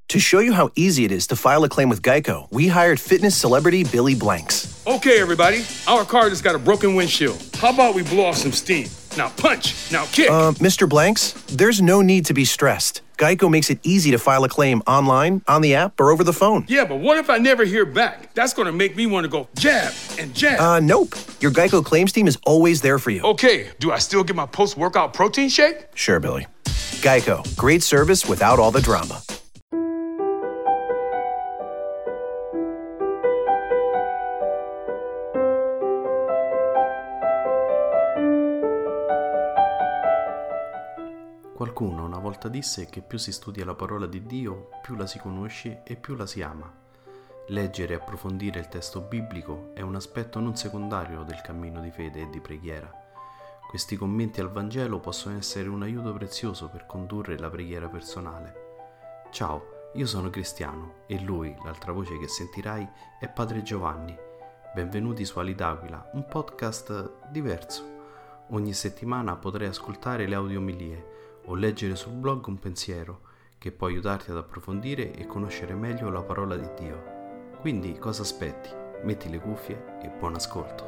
To show you how easy it is to file a claim with Geico, we hired fitness celebrity Billy Blanks. Okay, everybody, our car just got a broken windshield. How about we blow off some steam? Now punch, now kick. Mr. Blanks, there's no need to be stressed. Geico makes it easy to file a claim online, on the app, or over the phone. Yeah, but what if I never hear back? That's going to make me want to go jab and jab. Nope. Your Geico claims team is always there for you. Okay, do I still get my post-workout protein shake? Sure, Billy. Geico. Great service without all the drama. Qualcuno una volta disse che più si studia la parola di Dio, più la si conosce e più la si ama. Leggere e approfondire il testo biblico è un aspetto non secondario del cammino di fede e di preghiera. Questi commenti al Vangelo possono essere un aiuto prezioso per condurre la preghiera personale. Ciao, io sono Cristiano e lui, l'altra voce che sentirai, è Padre Giovanni. Benvenuti su Ali d'Aquila, un podcast diverso. Ogni settimana potrai ascoltare le audiomilie o leggere sul blog un pensiero che può aiutarti ad approfondire e conoscere meglio la parola di Dio. Quindi cosa aspetti? Metti le cuffie e buon ascolto.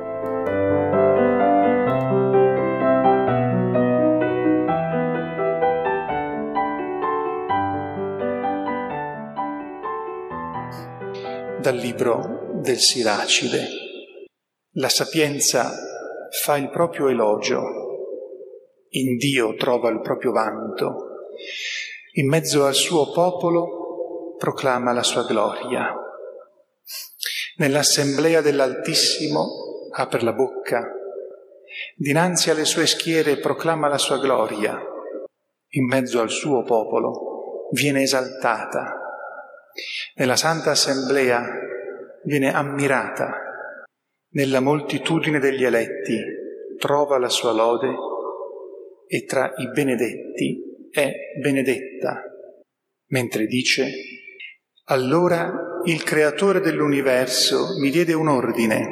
Dal libro del Siracide. La sapienza fa il proprio elogio, in Dio trova il proprio vanto, in mezzo al suo popolo proclama la sua gloria. Nell'assemblea dell'Altissimo apre la bocca, dinanzi alle sue schiere proclama la sua gloria, in mezzo al suo popolo viene esaltata, nella santa assemblea viene ammirata, nella moltitudine degli eletti trova la sua lode e tra i benedetti è benedetta, mentre dice: allora il creatore dell'universo mi diede un ordine,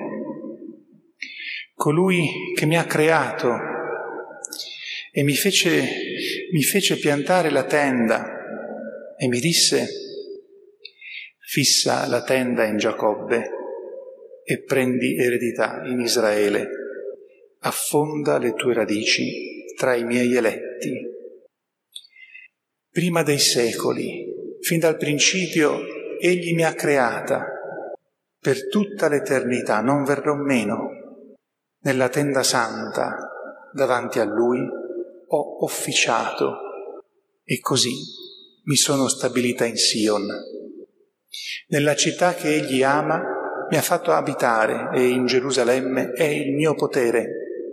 colui che mi ha creato e mi fece piantare la tenda e mi disse: fissa la tenda in Giacobbe e prendi eredità in Israele, affonda le tue radici tra i miei eletti. Prima dei secoli, fin dal principio, egli mi ha creata, per tutta l'eternità non verrò meno. Nella tenda santa, davanti a lui, ho officiato e così mi sono stabilita in Sion. Nella città che egli ama mi ha fatto abitare e in Gerusalemme è il mio potere.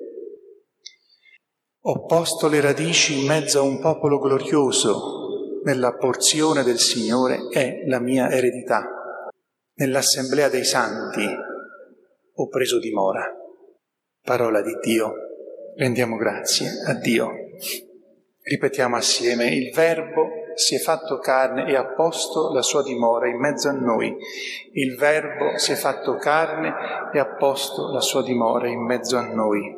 Ho posto le radici in mezzo a un popolo glorioso, nella porzione del Signore è la mia eredità. Nell'assemblea dei santi ho preso dimora. Parola di Dio. Rendiamo grazie a Dio. Ripetiamo assieme: il Verbo si è fatto carne e ha posto la sua dimora in mezzo a noi. Il Verbo si è fatto carne e ha posto la sua dimora in mezzo a noi.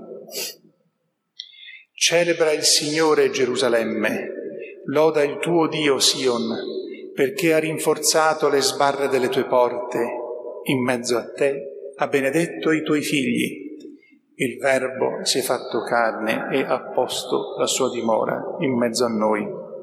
Celebra il Signore, Gerusalemme, loda il tuo Dio, Sion, perché ha rinforzato le sbarre delle tue porte. In mezzo a te ha benedetto i tuoi figli. Il Verbo si è fatto carne e ha posto la sua dimora in mezzo a noi.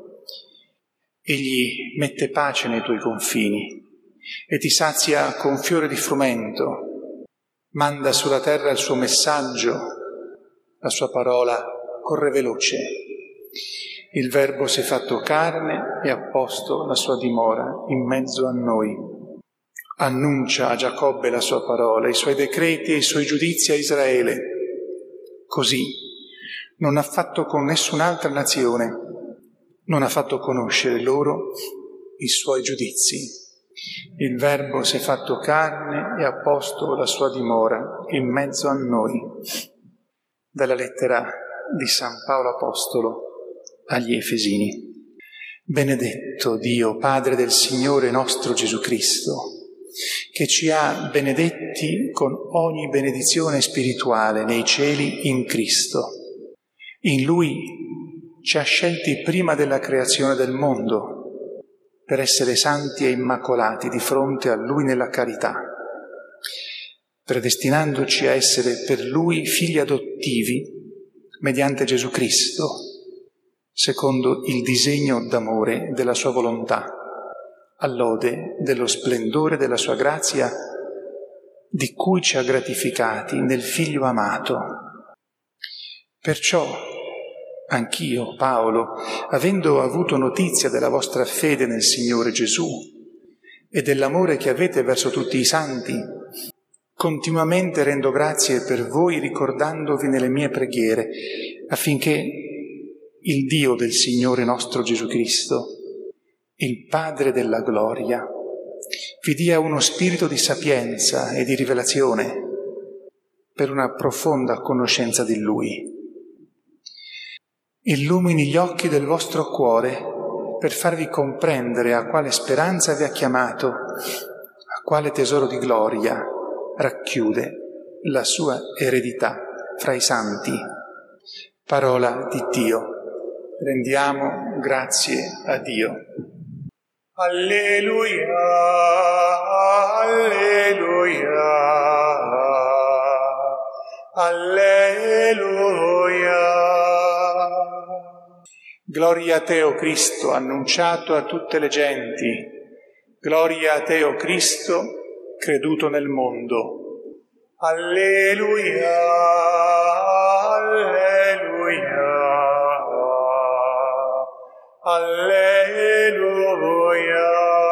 Egli mette pace nei tuoi confini e ti sazia con fiore di frumento. Manda sulla terra il suo messaggio, la sua parola corre veloce. Il Verbo si è fatto carne e ha posto la sua dimora in mezzo a noi. Annuncia a Giacobbe la sua parola, i suoi decreti e i suoi giudizi a Israele. Così non ha fatto con nessun'altra nazione, non ha fatto conoscere loro i suoi giudizi. Il Verbo si è fatto carne e ha posto la sua dimora in mezzo a noi. Dalla lettera di San Paolo Apostolo agli Efesini. Benedetto Dio, Padre del Signore nostro Gesù Cristo, che ci ha benedetti con ogni benedizione spirituale nei cieli in Cristo. In Lui ci ha scelti prima della creazione del mondo, per essere santi e immacolati di fronte a Lui nella carità, predestinandoci a essere per Lui figli adottivi mediante Gesù Cristo, secondo il disegno d'amore della sua volontà, all'ode dello splendore della sua grazia di cui ci ha gratificati nel Figlio amato. Perciò anch'io, Paolo, avendo avuto notizia della vostra fede nel Signore Gesù e dell'amore che avete verso tutti i santi, continuamente rendo grazie per voi ricordandovi nelle mie preghiere, affinché il Dio del Signore nostro Gesù Cristo, il Padre della gloria, vi dia uno spirito di sapienza e di rivelazione per una profonda conoscenza di Lui. Illumini gli occhi del vostro cuore per farvi comprendere a quale speranza vi ha chiamato, a quale tesoro di gloria racchiude la sua eredità fra i santi. Parola di Dio. Rendiamo grazie a Dio. Alleluia, alleluia, alleluia. Gloria a te, o Cristo, annunciato a tutte le genti. Gloria a te, o Cristo, creduto nel mondo. Alleluia, alleluia, alleluia.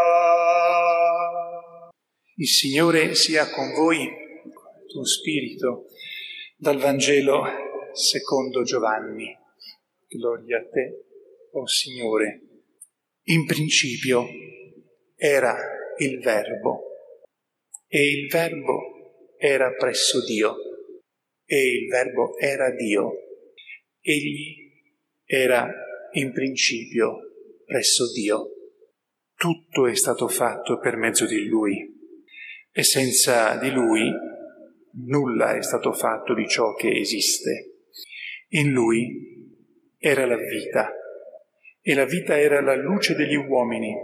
Il Signore sia con voi, tuo spirito, dal Vangelo secondo Giovanni. Gloria a te, o Signore. In principio era il Verbo, e il Verbo era presso Dio, e il Verbo era Dio. Egli era in principio presso Dio. Tutto è stato fatto per mezzo di Lui, e senza di Lui nulla è stato fatto di ciò che esiste. In Lui era la vita, e la vita era la luce degli uomini.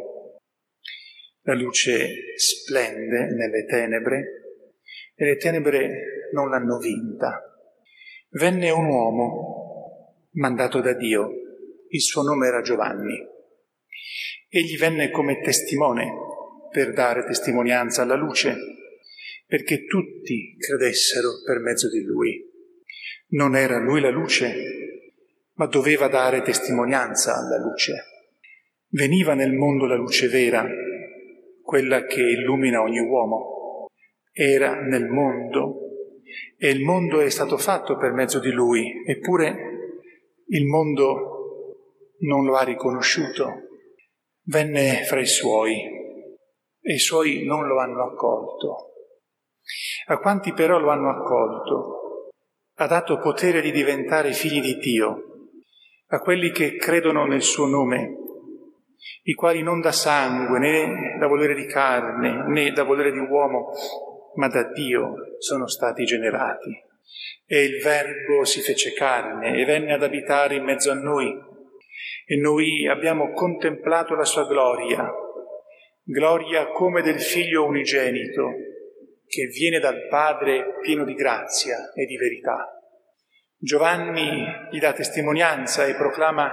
La luce splende nelle tenebre, e le tenebre non l'hanno vinta. Venne un uomo mandato da Dio, il suo nome era Giovanni. Egli venne come testimone per dare testimonianza alla luce, perché tutti credessero per mezzo di lui. Non era lui la luce, ma doveva dare testimonianza alla luce. Veniva nel mondo la luce vera, quella che illumina ogni uomo. Era nel mondo, e il mondo è stato fatto per mezzo di lui, eppure il mondo non lo ha riconosciuto. Venne fra i suoi, e i suoi non lo hanno accolto. A quanti però lo hanno accolto, ha dato potere di diventare figli di Dio, a quelli che credono nel suo nome, i quali non da sangue, né da volere di carne, né da volere di uomo, ma da Dio sono stati generati. E il Verbo si fece carne e venne ad abitare in mezzo a noi, e noi abbiamo contemplato la sua gloria, gloria come del Figlio unigenito, che viene dal Padre pieno di grazia e di verità. Giovanni gli dà testimonianza e proclama: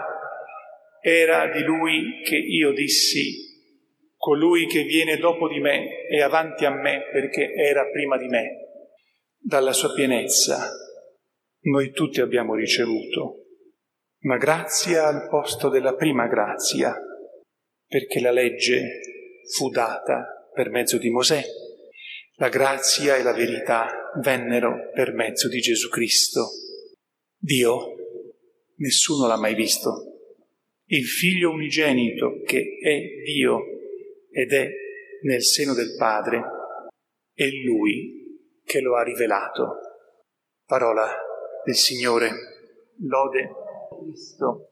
era di lui che io dissi, colui che viene dopo di me è avanti a me perché era prima di me. Dalla sua pienezza noi tutti abbiamo ricevuto una grazia al posto della prima grazia, perché la legge fu data per mezzo di Mosè, la grazia e la verità vennero per mezzo di Gesù Cristo. Dio nessuno l'ha mai visto. Il Figlio unigenito che è Dio ed è nel seno del Padre, è Lui che lo ha rivelato. Parola del Signore. Lode a Cristo.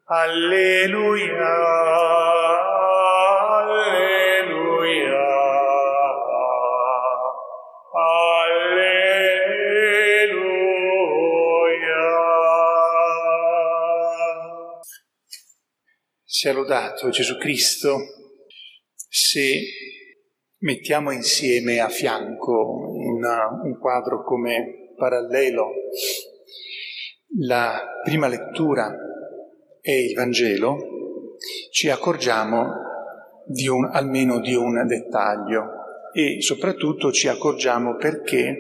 Alleluia, alleluia, alleluia. Sia lodato Gesù Cristo. Se mettiamo insieme a fianco in un quadro come parallelo la prima lettura e il Vangelo, ci accorgiamo almeno di un dettaglio e soprattutto ci accorgiamo perché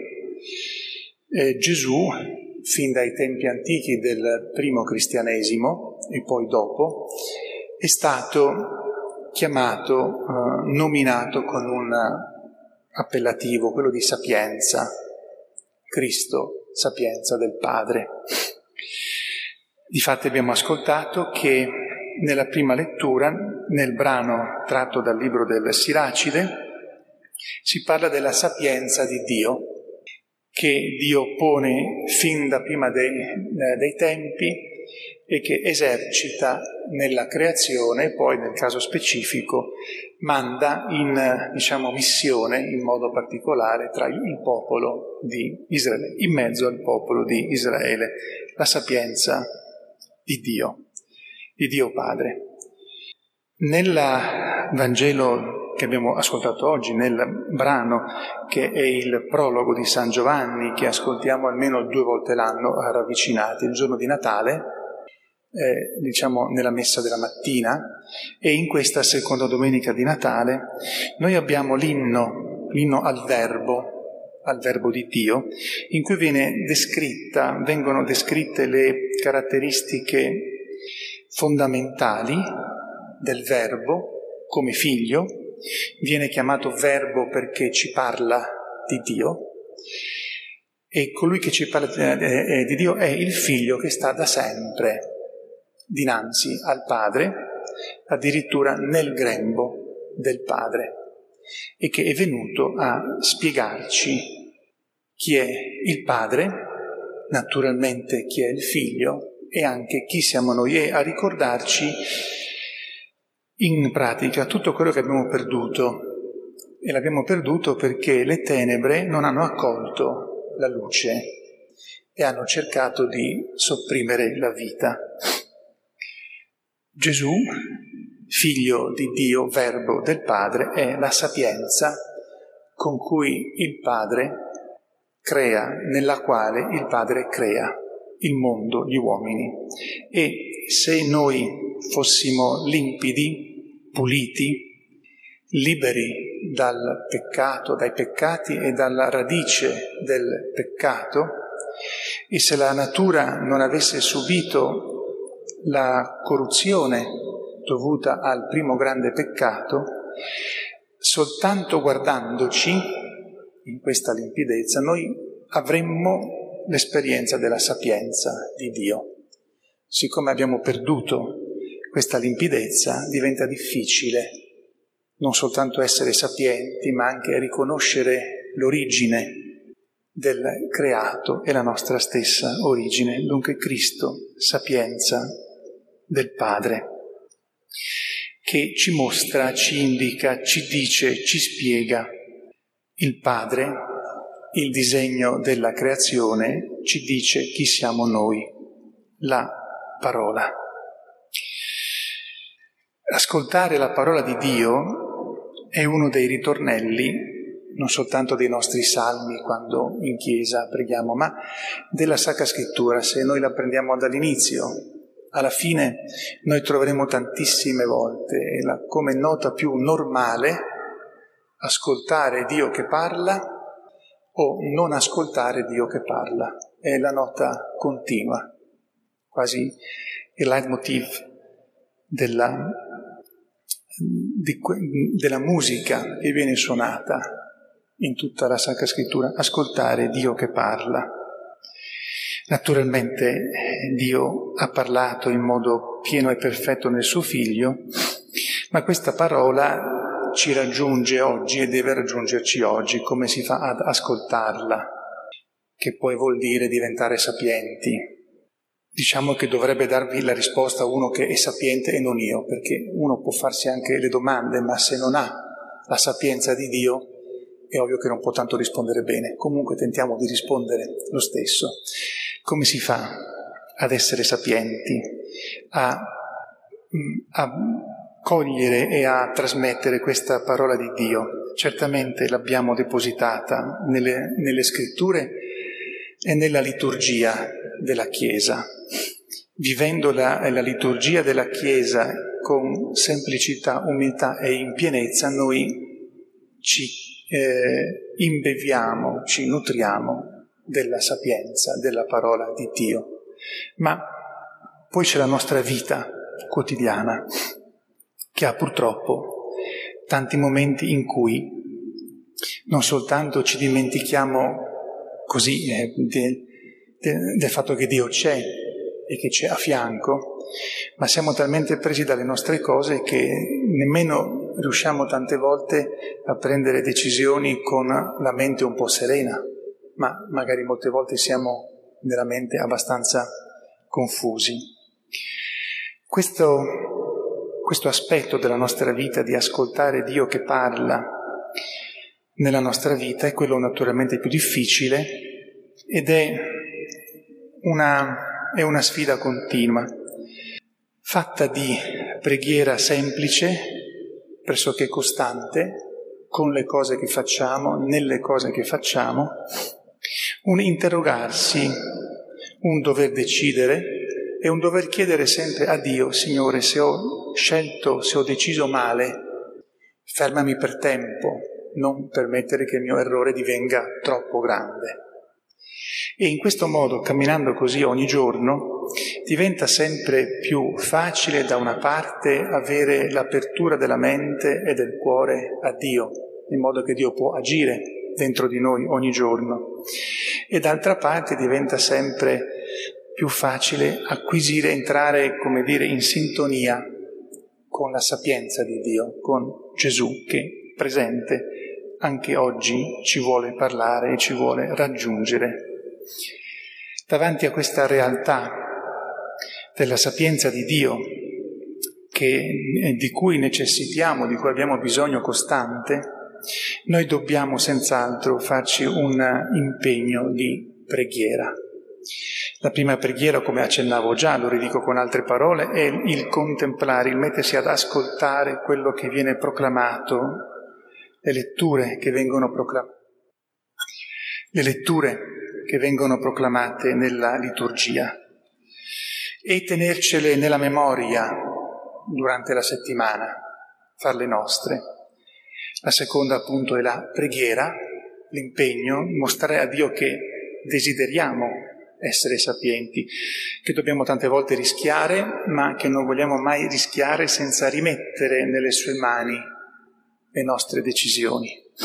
Gesù, fin dai tempi antichi del primo cristianesimo e poi dopo, è stato chiamato, nominato con un appellativo, quello di sapienza, Cristo, sapienza del Padre. Difatti abbiamo ascoltato che nella prima lettura, nel brano tratto dal libro del Siracide, si parla della sapienza di Dio, che Dio pone fin da prima dei tempi e che esercita nella creazione e poi, nel caso specifico, manda in, missione in modo particolare tra il popolo di Israele, in mezzo al popolo di Israele, la sapienza di Dio Padre. Nel Vangelo che abbiamo ascoltato oggi, nel brano che è il prologo di San Giovanni, che ascoltiamo almeno 2 volte l'anno ravvicinati, il giorno di Natale, nella messa della mattina, e in questa seconda domenica di Natale noi abbiamo l'inno al verbo di Dio, in cui vengono descritte le caratteristiche fondamentali del verbo come figlio. Viene chiamato verbo perché ci parla di Dio, e colui che ci parla di Dio è il figlio che sta da sempre dinanzi al Padre, addirittura nel grembo del Padre, e che è venuto a spiegarci chi è il Padre, naturalmente chi è il Figlio e anche chi siamo noi, e a ricordarci in pratica tutto quello che abbiamo perduto, e l'abbiamo perduto perché le tenebre non hanno accolto la luce e hanno cercato di sopprimere la vita. Gesù, figlio di Dio, verbo del Padre, è la sapienza con cui il Padre crea, nella quale il Padre crea il mondo, gli uomini. E se noi fossimo limpidi, puliti, liberi dal peccato, dai peccati e dalla radice del peccato, e se la natura non avesse subito la corruzione dovuta al primo grande peccato, soltanto guardandoci in questa limpidezza noi avremmo l'esperienza della sapienza di Dio. Siccome abbiamo perduto questa limpidezza, diventa difficile non soltanto essere sapienti, ma anche riconoscere l'origine del creato e la nostra stessa origine. Dunque Cristo, sapienza del Padre, che ci mostra, ci indica, ci dice, ci spiega il Padre, il disegno della creazione, ci dice chi siamo noi, la parola. Ascoltare la parola di Dio è uno dei ritornelli, non soltanto dei nostri salmi quando in chiesa preghiamo, ma della Sacra Scrittura. Se noi la prendiamo dall'inizio alla fine, noi troveremo tantissime volte come nota più normale ascoltare Dio che parla o non ascoltare Dio che parla. È la nota continua, quasi il leitmotiv della musica che viene suonata in tutta la Sacra Scrittura, ascoltare Dio che parla. Naturalmente Dio ha parlato in modo pieno e perfetto nel suo Figlio, ma questa parola ci raggiunge oggi e deve raggiungerci oggi. Come si fa ad ascoltarla? Che poi vuol dire diventare sapienti. Diciamo che dovrebbe darvi la risposta uno che è sapiente e non io, perché uno può farsi anche le domande, ma se non ha la sapienza di Dio è ovvio che non può tanto rispondere bene. Comunque tentiamo di rispondere lo stesso. Come si fa ad essere sapienti, a cogliere e a trasmettere questa parola di Dio. Certamente l'abbiamo depositata nelle scritture e nella liturgia della Chiesa. Vivendo la liturgia della Chiesa con semplicità, umiltà e in pienezza, noi ci imbeviamo, ci nutriamo della sapienza, della parola di Dio. Ma poi c'è la nostra vita quotidiana, che ha purtroppo tanti momenti in cui non soltanto ci dimentichiamo così del fatto che Dio c'è e che c'è a fianco, ma siamo talmente presi dalle nostre cose che nemmeno riusciamo tante volte a prendere decisioni con la mente un po' serena, ma magari molte volte siamo nella mente abbastanza confusi. Questo aspetto della nostra vita di ascoltare Dio che parla nella nostra vita è quello naturalmente più difficile ed è una sfida continua, fatta di preghiera semplice, pressoché costante, con le cose che facciamo, nelle cose che facciamo, un interrogarsi, un dover decidere e un dover chiedere sempre a Dio: Signore, se ho scelto, se ho deciso male, fermami per tempo, non permettere che il mio errore divenga troppo grande. E in questo modo, camminando così ogni giorno, diventa sempre più facile da una parte avere l'apertura della mente e del cuore a Dio, in modo che Dio può agire dentro di noi ogni giorno. E d'altra parte diventa sempre più facile acquisire, entrare, come dire, in sintonia con la sapienza di Dio, con Gesù che presente anche oggi ci vuole parlare e ci vuole raggiungere. Davanti a questa realtà della sapienza di Dio di cui necessitiamo, di cui abbiamo bisogno costante, noi dobbiamo senz'altro farci un impegno di preghiera. La prima preghiera, come accennavo già, lo ridico con altre parole, è il contemplare, il mettersi ad ascoltare quello che viene proclamato, le letture che vengono proclamate nella liturgia e tenercele nella memoria durante la settimana, farle nostre. La seconda appunto è la preghiera, l'impegno, mostrare a Dio che desideriamo essere sapienti, che dobbiamo tante volte rischiare, ma che non vogliamo mai rischiare senza rimettere nelle sue mani le nostre decisioni.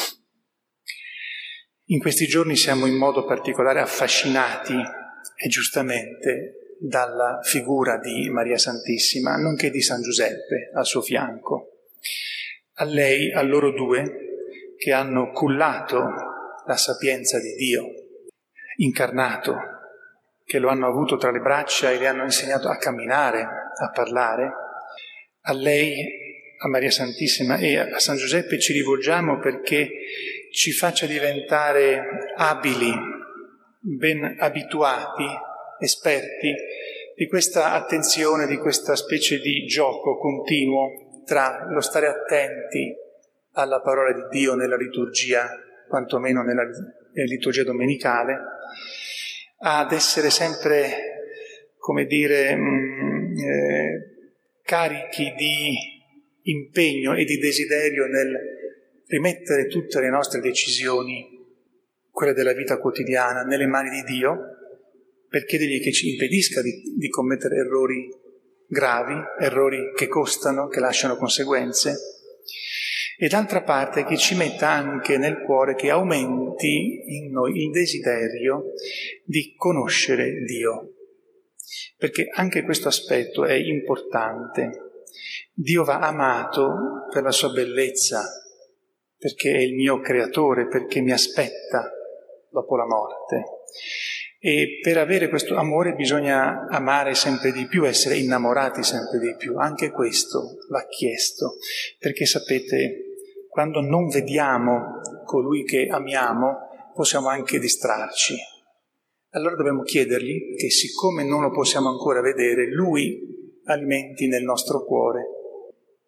In questi giorni siamo in modo particolare affascinati, e giustamente, dalla figura di Maria Santissima, nonché di San Giuseppe al suo fianco. A loro due, che hanno cullato la sapienza di Dio, incarnato, che lo hanno avuto tra le braccia e le hanno insegnato a camminare, a parlare. A lei, a Maria Santissima e a San Giuseppe ci rivolgiamo perché ci faccia diventare abili, ben abituati, esperti di questa attenzione, di questa specie di gioco continuo tra lo stare attenti alla parola di Dio nella liturgia, quantomeno nella liturgia domenicale, ad essere sempre, come dire, carichi di impegno e di desiderio nel rimettere tutte le nostre decisioni, quelle della vita quotidiana, nelle mani di Dio, per chiedergli che ci impedisca di commettere errori gravi, errori che costano, che lasciano conseguenze, e d'altra parte che ci metta anche nel cuore, che aumenti in noi il desiderio di conoscere Dio. Perché anche questo aspetto è importante. Dio va amato per la sua bellezza, perché è il mio creatore, perché mi aspetta dopo la morte. E per avere questo amore bisogna amare sempre di più, essere innamorati sempre di più. Anche questo va chiesto, perché sapete, quando non vediamo colui che amiamo, possiamo anche distrarci. Allora dobbiamo chiedergli che, siccome non lo possiamo ancora vedere, Lui alimenti nel nostro cuore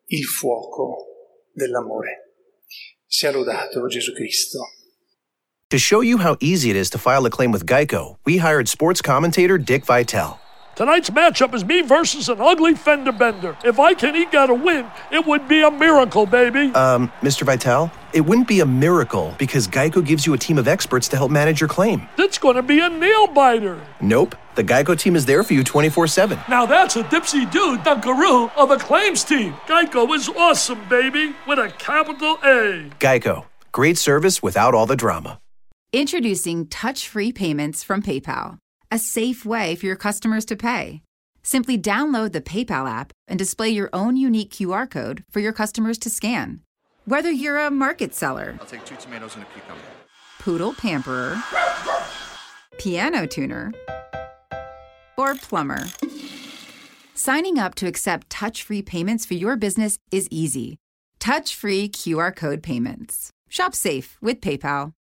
il fuoco dell'amore. Sia lodato Gesù Cristo. To show you how easy it is to file a claim with Geico, we hired sports commentator Dick Vitale. Tonight's matchup is me versus an ugly fender bender. If I can eke out a win, it would be a miracle, baby. Mr. Vitale, it wouldn't be a miracle because Geico gives you a team of experts to help manage your claim. It's going to be a nail-biter. Nope. The Geico team is there for you 24/7. Now that's a dipsy-do dunkaroo of a claims team. Geico is awesome, baby, with a capital A. Geico. Great service without all the drama. Introducing touch-free payments from PayPal, a safe way for your customers to pay. Simply download the PayPal app and display your own unique QR code for your customers to scan. Whether you're a market seller, I'll take 2 tomatoes and a cucumber. poodle pamperer, piano tuner, or plumber, signing up to accept touch-free payments for your business is easy. Touch-free QR code payments. Shop safe with PayPal.